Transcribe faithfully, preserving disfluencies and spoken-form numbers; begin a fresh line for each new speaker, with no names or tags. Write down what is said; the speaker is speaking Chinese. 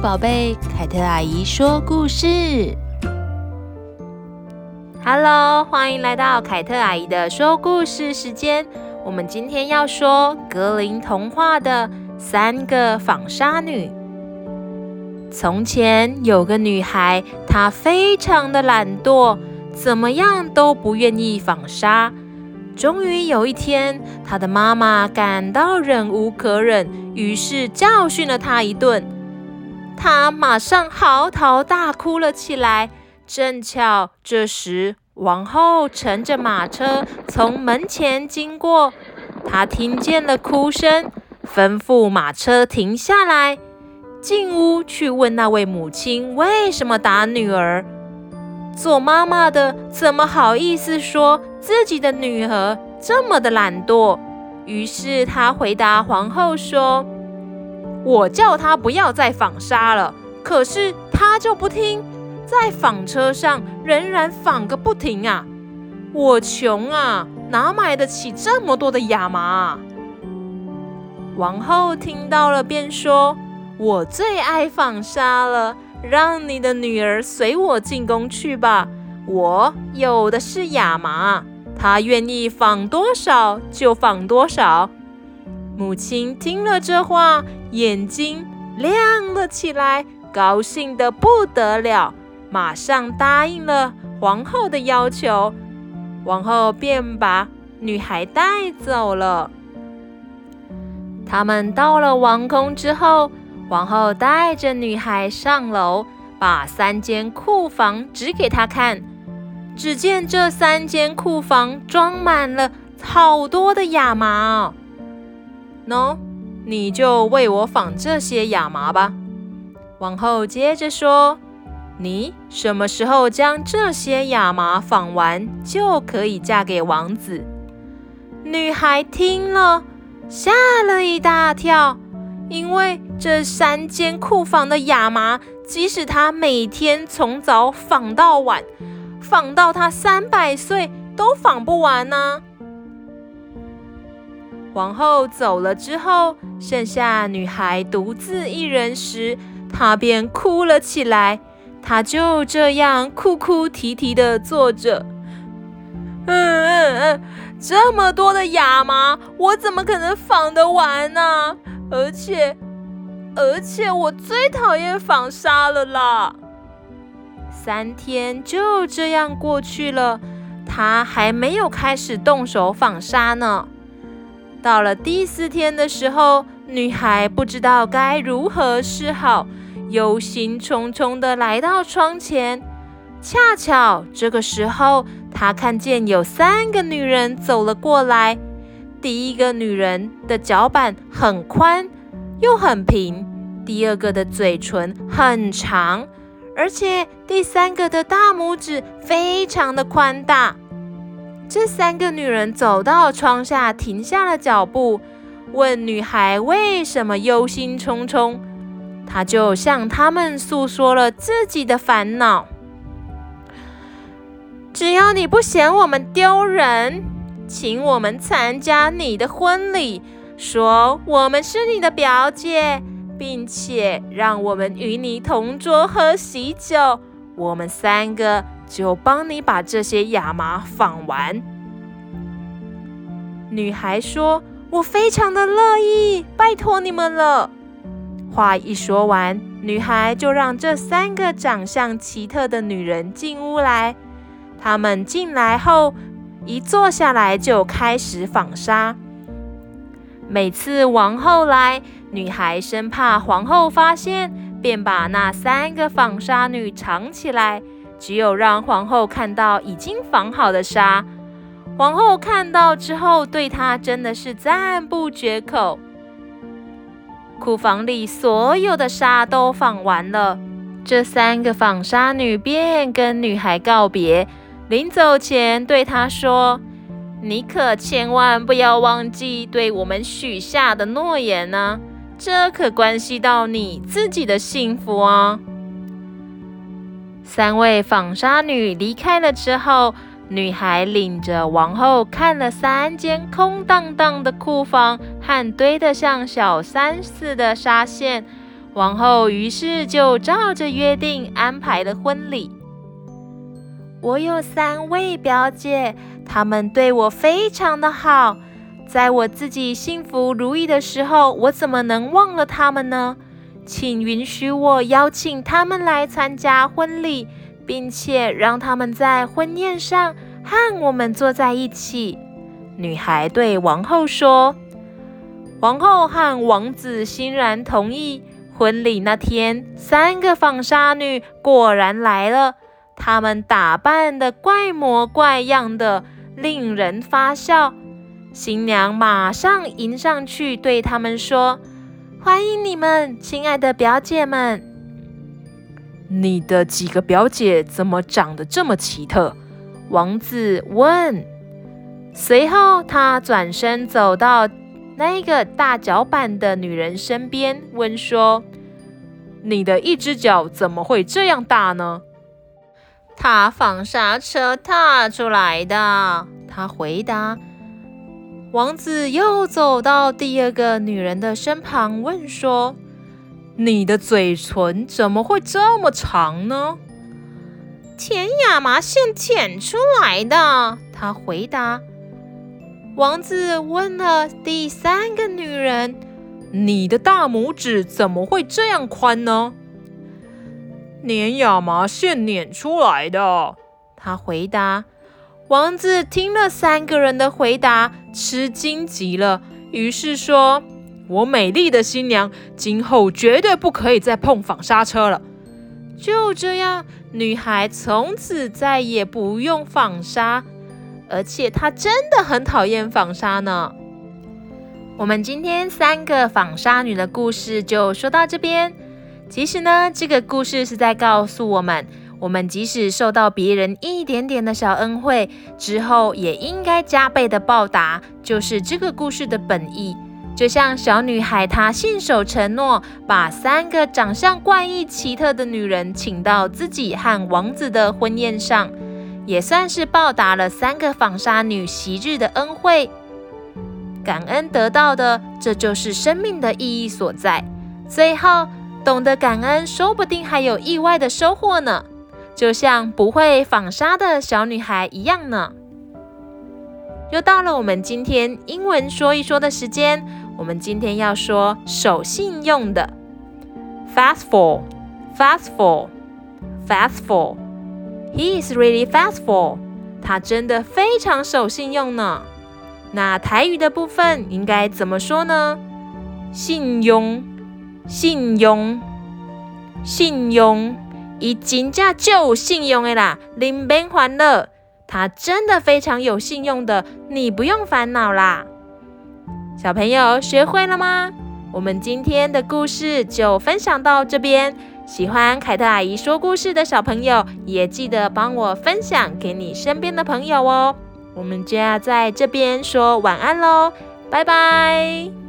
宝贝，凯特阿姨说故事。Hello， 欢迎来到凯特阿姨的说故事时间。我们今天要说格林童话的三个纺纱女。从前有个女孩，她非常的懒惰，怎么样都不愿意纺纱。终于有一天，她的妈妈感到忍无可忍，于是教训了她一顿。她马上嚎啕大哭了起来。正巧这时，王后乘着马车从门前经过，她听见了哭声，吩咐马车停下来，进屋去问那位母亲为什么打女儿。做妈妈的怎么好意思说自己的女儿这么的懒惰？于是她回答皇后说：我叫她不要再纺纱了，可是她就不听，在纺车上仍然纺个不停啊！我穷啊，哪买得起这么多的亚麻啊？王后听到了便说：我最爱纺纱了，让你的女儿随我进宫去吧，我有的是亚麻，她愿意纺多少就纺多少。母亲听了这话，眼睛亮了起来，高兴得不得了，马上答应了皇后的要求。王后便把女孩带走了。他们到了王宫之后，王后带着女孩上楼，把三间库房指给她看。只见这三间库房装满了好多的亚麻哦。喏，你就为我纺这些亚麻吧。王后接着说：你什么时候将这些亚麻纺完，就可以嫁给王子。女孩听了，吓了一大跳，因为这三间库房的亚麻，即使她每天从早纺到晚，纺到她三百岁都纺不完呢、啊。皇后走了之后，剩下女孩独自一人时，她便哭了起来。她就这样哭哭啼啼地坐着。嗯嗯嗯，这么多的亚麻，我怎么可能纺得完呢？而且，而且我最讨厌纺纱了啦！三天就这样过去了，她还没有开始动手纺纱呢。到了第四天的时候，女孩不知道该如何是好，忧心忡忡地来到窗前。恰巧这个时候，她看见有三个女人走了过来。第一个女人的脚板很宽又很平，第二个的嘴唇很长，而且第三个的大拇指非常的宽大。这三个女人走到窗下，停下了脚步，问女孩为什么忧心忡忡。她就向他们诉说了自己的烦恼。只要你不嫌我们丢人，请我们参加你的婚礼，说我们是你的表姐，并且让我们与你同桌喝喜酒，我们三个就帮你把这些亚麻纺完。女孩说：我非常的乐意，拜托你们了。话一说完，女孩就让这三个长相奇特的女人进屋来。她们进来后，一坐下来就开始纺纱。每次王后来，女孩生怕皇后发现，便把那三个纺纱女藏起来，只有让皇后看到已经纺好的纱。皇后看到之后，对她真的是赞不绝口。库房里所有的纱都纺完了，这三个纺纱女便跟女孩告别，临走前对她说：你可千万不要忘记对我们许下的诺言呢、啊，这可关系到你自己的幸福啊。三位纺纱女离开了之后，女孩领着王后看了三间空荡荡的库房和堆得像小山似的纱线。 王后于是就照着约定安排了婚礼。我有三位表姐，她们对我非常的好，在我自己幸福如意的时候，我怎么能忘了她们呢？请允许我邀请她们来参加婚礼，并且让她们在婚宴上和我们坐在一起。女孩对王后说。王后和王子欣然同意。婚礼那天，三个纺纱女果然来了，她们打扮得怪模怪样的，令人发笑。新娘马上迎上去，对她们说：“欢迎你们，亲爱的表姐们。”你的几个表姐怎么长得这么奇特？王子问。随后，他转身走到那个大脚板的女人身边，问说：“你的一只脚怎么会这样大呢？”“踏纺纱车踏出来的。”他回答。王子又走到第二个女人的身旁，问说：“你的嘴唇怎么会这么长呢？”“舔亚麻线舔出来的。”他回答。王子问了第三个女人：“你的大拇指怎么会这样宽呢？”“捻亚麻线捻出来的。”他回答。王子听了三个人的回答，吃惊极了，于是说：“我美丽的新娘，今后绝对不可以再碰纺纱车了。”就这样，女孩从此再也不用纺纱。而且她真的很讨厌纺纱呢。我们今天三个纺纱女的故事就说到这边。其实呢，这个故事是在告诉我们，我们即使受到别人一点点的小恩惠，之后也应该加倍的报答，就是这个故事的本意。就像小女孩她信守承诺，把三个长相怪异奇特的女人请到自己和王子的婚宴上，也算是报答了三个纺纱女昔日的恩惠。感恩得到的，这就是生命的意义所在。最后，懂得感恩，说不定还有意外的收获呢，就像不会纺纱的小女孩一样呢。又到了我们今天英文说一说的时间，我们今天要说守信用的 faithful faithful faithful。He is really faithful. 他真的非常守信用呢。那台语的部分应该怎么说呢？信用，信用，信用。他真的就有信用的啦，你免烦恼。他真的非常有信用的，你不用烦恼啦。小朋友学会了吗？我们今天的故事就分享到这边。喜欢凯特阿姨说故事的小朋友，也记得帮我分享给你身边的朋友哦。我们就要在这边说晚安喽，拜拜。